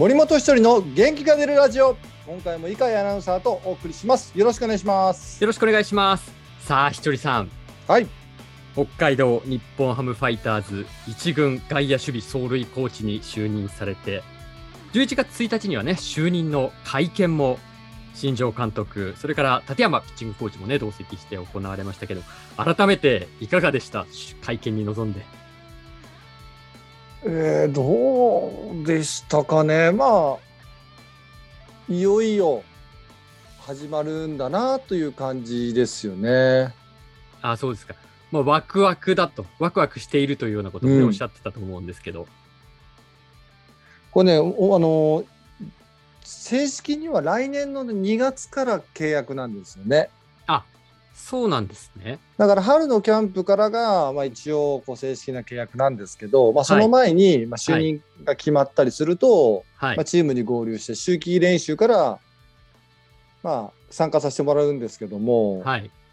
森本一人の元気が出るラジオ、今回も井海アナウンサーとお送りします。よろしくお願いします。 よろしくお願いします。さあ、ひとりさん。 はい。 北海道日本ハムファイターズ一軍外野守備走塁コーチに就任されて、11月1日にはね、就任の会見も新庄監督、それから立山ピッチングコーチもね、同席して行われましたけど、改めていかがでした？会見に臨んで。 どうでしたかね。まあいよいよ始まるんだなという感じですよね。 あ、そうですか。まあ、ワクワクしているというようなことを、ねおっしゃってたと思うんですけど、 これね、正式には来年の2月から契約なんですよね。 あ、そうなんですね。だから春のキャンプからが、一応正式な契約なんですけど、その前に、就任が決まったりすると、チームに合流して秋季練習から、参加させてもらうんですけども、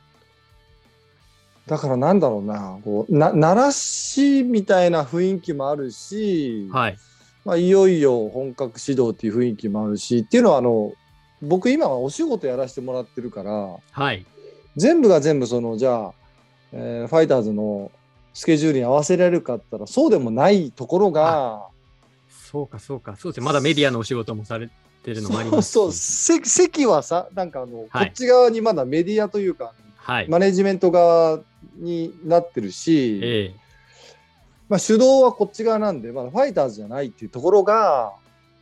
だからなんだろうな、慣らしみたいな雰囲気もあるし、いよいよ本格指導っていう雰囲気もあるしっていうのは、僕今はお仕事やらせてもらってるから、全部が全部じゃあ、ファイターズのスケジュールに合わせられるかって言ったらそうでもないところが、 そうですね。まだメディアのお仕事もされてるのもありますし、 そう席はさ、なんかこっち側にまだメディアというか、マネジメント側になってるし、主導はこっち側なんで、まだファイターズじゃないっていうところが、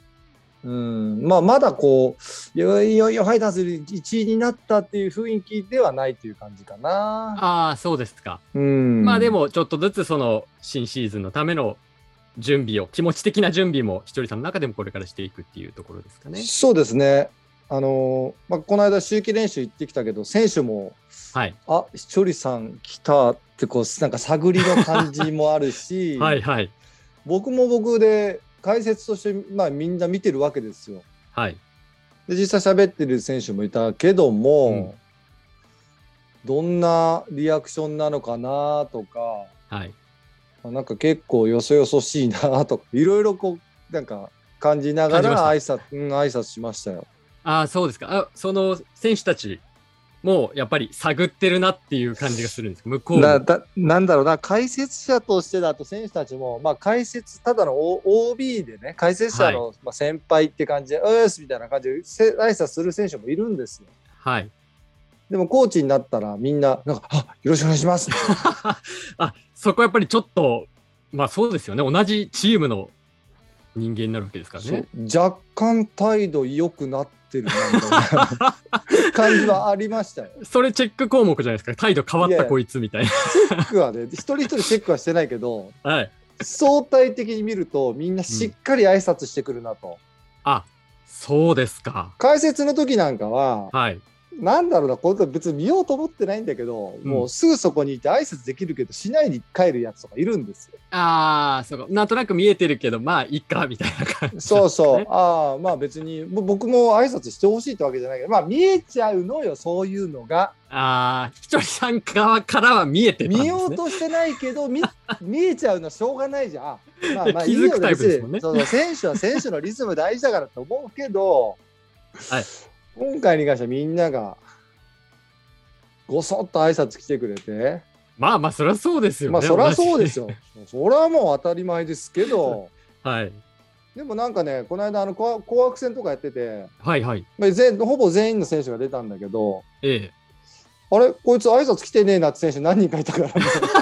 まだいよいよファイターズ1位になったっていう雰囲気ではないという感じかな。 そうですか。でもちょっとずつその新シーズンのための準備を、気持ち的な準備もひとりさんの中でもこれからしていくっていうところですかね。 そうですね。この間秋季練習行ってきたけど、選手も、ひとりさん来たってなんか探りの感じもあるし僕も僕で解説として、みんな見てるわけですよ。で実際喋ってる選手もいたけども、どんなリアクションなのかなとか、なんか結構よそよそしいなとか、いろいろなんか感じながら挨拶しましたよ。 そうですか。その選手たちもやっぱり探ってるなっていう感じがするんです。向こうなんだろうな、解説者としてだと選手たちも、ただの OB でね、解説者の先輩って感じで、みたいな感じで挨拶する選手もいるんですよ。でもコーチになったらみんな、なんか、よろしくお願いしますそこはやっぱりちょっと、そうですよね。同じチームの人間になるわけですからね。 若干態度良くなってるなみたいな感じはありましたよ。 それチェック項目じゃないですか。態度変わったこいつみたいな。 チェックはね、一人一人チェックはしてないけど、相対的に見るとみんなしっかり挨拶してくるなと。 そうですか。 解説の時なんかは、なんだろうな、これ別に見ようと思ってないんだけど、もうすぐそこにいて挨拶できるけどしないで帰るやつとかいるんですよ。 そうか。なんとなく見えてるけど、いいかみたいな感じ、ね。 別に僕も挨拶してほしいってわけじゃないけど、見えちゃうのよ、そういうのが。 ひとりさん側からは見えてたんですね。 見ようとしてないけど見えちゃうのはしょうがないじゃん。 気づくタイプですもんね。 選手は選手のリズム大事だからと思うけど、今回に関してはみんながごそっと挨拶来てくれて、 そりゃそうですよね。 そりゃそうですよ。それはもう当たり前ですけど、でもなんかね、この間紅白戦とかやってて、ほぼ全員の選手が出たんだけど、あれこいつ挨拶来てねえなって選手何人かいたから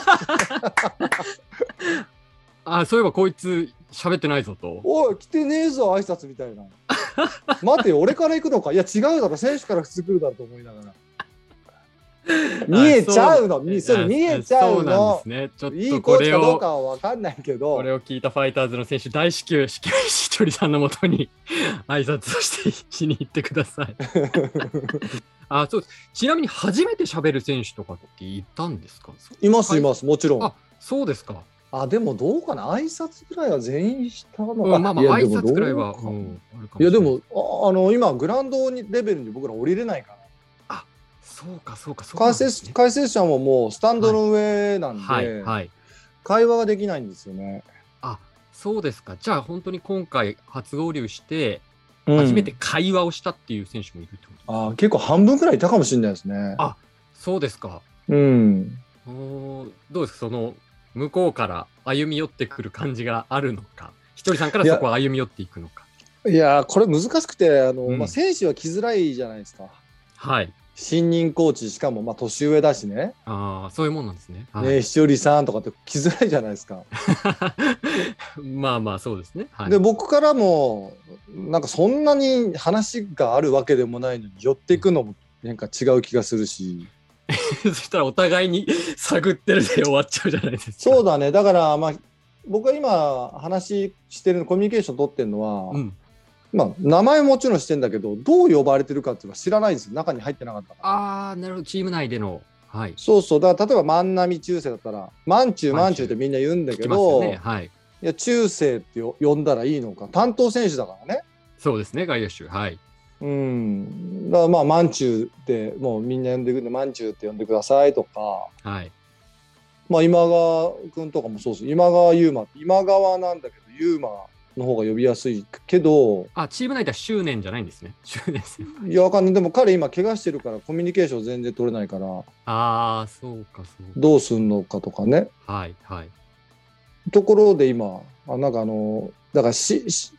ね。そういえばこいつ喋ってないぞと。 おい来てねえぞ挨拶みたいな。待てよ、俺から行くのか。いや違うだろ、選手から普通来るだろうと思いながら。見えちゃうの。見えちゃうの。 そうなんですね。ちょっといいコーチかどうかは分かんないけど、 これを聞いたファイターズの選手大至急ひとりさんのもとに挨拶をしに行ってください。そうです。ちなみに初めて喋る選手とかっていたんですか？ います、もちろん。 そうですか。 でもどうかな、挨拶ぐらいは全員したのかな。挨拶ぐらいは。 いやでも今グラウンドレベルに僕ら降りれないから。 そうか。 解説者ももうスタンドの上なんで、会話ができないんですよね。 そうですか。じゃあ本当に今回初合流して、初めて会話をしたっていう選手もいるってことですか？ 結構半分くらいいたかもしれないですね。 あ、そうですか。 うん。 どうですか、その向こうから歩み寄ってくる感じがあるのか、ひとりさんからそこを歩み寄っていくのか。 いやこれ難しくて、選手は来づらいじゃないですか。 はい。 新任コーチ、しかも年上だしね。 そういうもんなんですね。 ね、ひとりさんとかって来づらいじゃないですか。 まあまあそうですね。 で僕からもなんかそんなに話があるわけでもないのに寄っていくのもなんか違う気がするし。 そしたらお互いに探ってるで終わっちゃうじゃないですか。 そうだね。だから僕は今話してるコミュニケーション取ってるのは、名前もちろんしてんだけど、どう呼ばれてるかっていうのは知らないんですよ。中に入ってなかったから。 なるほど。チーム内での。はい。 そうそう。だから例えば万波中世だったら、万中ってみんな言うんだけど、いや中世って呼んだらいいのか。担当選手だからね。 そうですね、外野手。はい。 だから万中ってもうみんな呼んでくんで、万中って呼んでくださいとか。 はい。 今川君とかもそうです。今川優馬、今川なんだけど優馬の方が呼びやすいけど。 チーム内では執念じゃないんですね。執念ですよ。 いやわかんない。でも彼今怪我してるからコミュニケーション全然取れないから。 そうかそうか。 どうすんのかとかね。 はいはい。 ところで今なんかだから中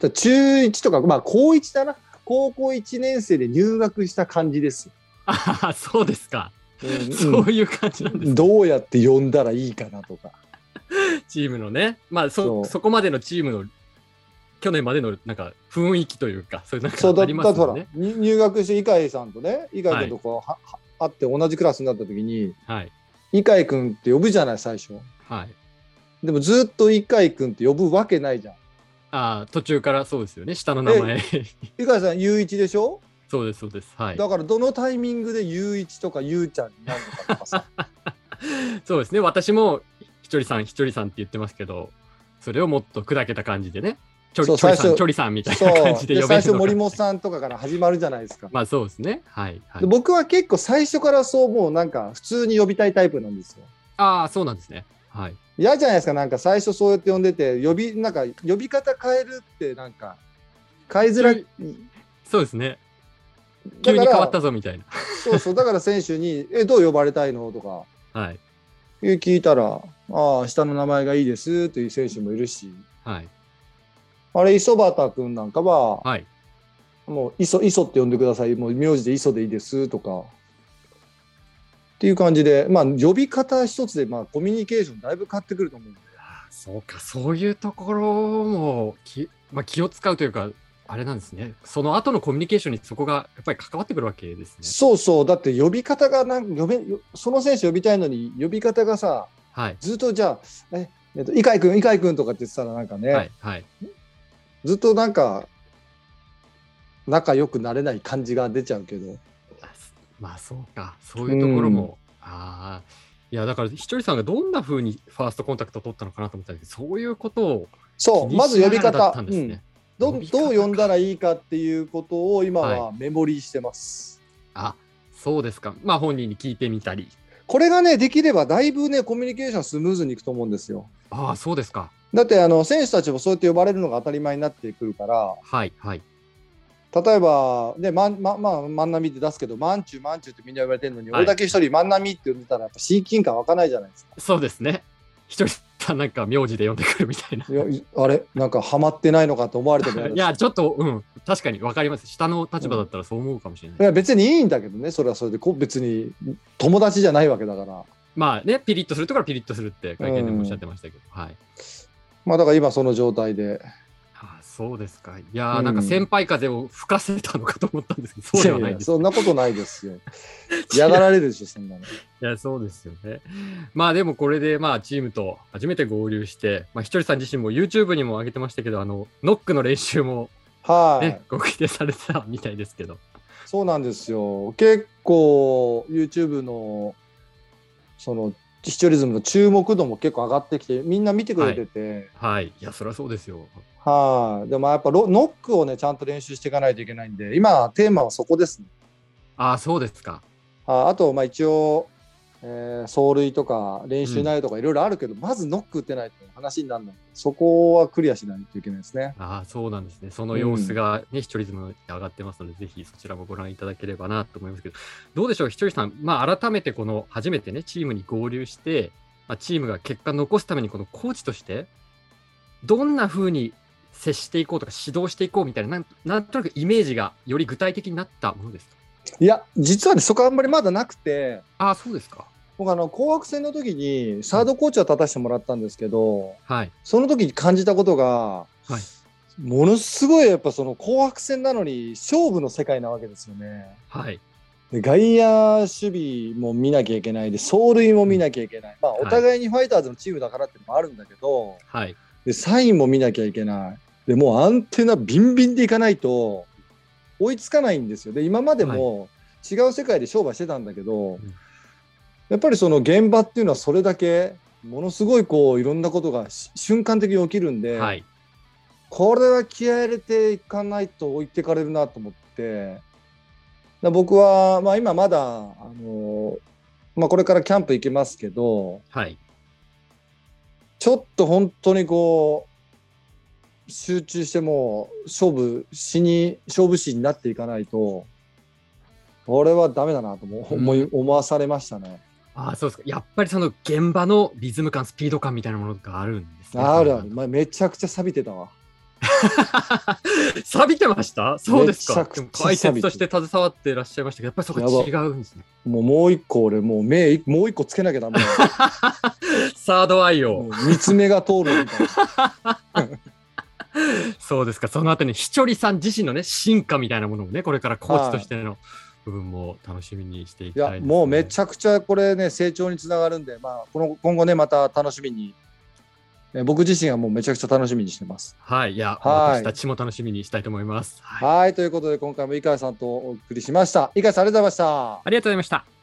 1とか高1だな。高校1年生で入学した感じです。 そうですか。そういう感じなんです、ね。 どうやって呼んだらいいかなとか。 チームのね、そこまでのチームの去年までのなんか雰囲気というか、そういうなんかありますよね。 入学して伊海さんとね、伊海君とこう会って同じクラスになった時に、伊海君って呼ぶじゃない最初。でもずっと伊海君って呼ぶわけないじゃん。 途中からそうですよね、下の名前。 伊海さん、ゆういちでしょ？ そうです、そうです。はい。 だから、どのタイミングでゆういちとかゆうちゃんになるのかとかさ。 そうですね、私もひとりさんって言ってますけど、それをもっと砕けた感じでね、ちょりさんみたいな感じで呼べるのか。 最初、森本さんとかから始まるじゃないですか。 そうですね。はい。 で僕は結構最初からそう、もうなんか普通に呼びたいタイプなんですよ。 そうなんですね。はい。 嫌じゃないですか、なんか最初そうやって呼んでて、呼び方変えるってなんか変えづらい。 そうですね。急に変わったぞみたいな。 そうそう、だから選手に「どう呼ばれたいの？」とか聞いたら「下の名前がいいです」という選手もいるし、あれ磯畑君なんかは「もう磯って呼んでください、もう名字で磯でいいです」とかっていう感じで、呼び方一つでコミュニケーションだいぶ変わってくると思うんで。 そうか、そういうところも気を使うというか、あれなんですね。その後のコミュニケーションにそこがやっぱり関わってくるわけですね。 そうそう。だって呼び方がその選手呼びたいのに呼び方がさ、ずっとじゃあ伊海君とかって言ってたらなんかね、ずっとなんか仲良くなれない感じが出ちゃうけど。 そうか、そういうところも、いやだからひとりさんがどんな風にファーストコンタクトを取ったのかなと思ったんですけど、そういうことをまず呼び方。どう呼んだらいいかっていうことを今はメモリーしてます。 そうですか。本人に聞いてみたり。 これがねできればだいぶねコミュニケーションスムーズにいくと思うんですよ。 そうですか。 だって選手たちもそうやって呼ばれるのが当たり前になってくるから。例えばね万波って出すけど万中ってみんな呼ばれてるのに、俺だけ一人万波って呼んでたらやっぱ親近感湧かないじゃないですか。 そうですね。ひとりさんなんか名字で呼んでくるみたいな。 あれなんかハマってないのかと思われてもいやちょっと確かに分かります。下の立場だったらそう思うかもしれない。 いや別にいいんだけどね、それはそれで別に友達じゃないわけだから。 ピリッとするところはピリッとするって会見でもおっしゃってましたけど、 だから今その状態で。 そうですか。いやなんか先輩風を吹かせたのかと思ったんですけど、そうではないです。 そんなことないですよ。嫌がられるでしょそんなの。いやそうですよね。でもこれでチームと初めて合流して、ひとりさん自身も YouTube にも上げてましたけど、ノックの練習もご規定されてたみたいですけど。 そうなんですよ。結構 YouTube のそのヒチョリズムの注目度も結構上がってきて、みんな見てくれてて。 いやそりゃそうですよ。 でもやっぱノックをねちゃんと練習していかないといけないんで、今テーマはそこですね。 そうですか。 あと一応走塁とか練習内容とかいろいろあるけど、まずノック打てないと話にならない。そこはクリアしないといけないですね。 そうなんですね。その様子がね、視聴率も上がってますので、ぜひそちらもご覧いただければなと思いますけど、どうでしょう、ひとりさん、改めてこの初めてね、チームに合流して、チームが結果を残すために、このコーチとして、どんな風に接していこうとか、指導していこうみたいな、なんとなくイメージがより具体的になったものですか？ いや、実はね、そこはあんまりまだなくて。 そうですか。 僕紅白戦の時にサードコーチは立たせてもらったんですけど、その時に感じたことが、ものすごいやっぱその紅白戦なのに勝負の世界なわけですよね。で外野守備も見なきゃいけないで、走塁も見なきゃいけない、お互いにファイターズのチームだからっていうのもあるんだけど、でサインも見なきゃいけない。でもうアンテナビンビンでいかないと追いつかないんですよ。で今までも違う世界で商売してたんだけど、やっぱりその現場っていうのはそれだけものすごいこういろんなことが瞬間的に起きるんで、これは気合い入れていかないと置いてかれるなと思って、僕は今まだこれからキャンプ行きますけど、ちょっと本当にこう集中してもう勝負師になっていかないとこれはダメだなと思わされましたね。 そうですか。やっぱりその現場のリズム感、スピード感みたいなものがあるんですね。 ある。めちゃくちゃ錆びてたわ。 錆びてました？そうですか。解説として携わっていらっしゃいましたけど、やっぱりそこ違うんですね。 もう一個俺もう一個つけなきゃダメだ。 サードアイを三つ目が通るみたいな。 そうですか。そのあたりにひちょりさん自身のね進化みたいなものをね、これからコーチとしての部分も楽しみにしていきたいですね。 もうめちゃくちゃこれね成長につながるんで、今後ねまた楽しみに、僕自身はもうめちゃくちゃ楽しみにしてます。 私たちも楽しみにしたいと思います。 ということで今回も井川さんとお送りしました。井川さんありがとうございました。 ありがとうございました。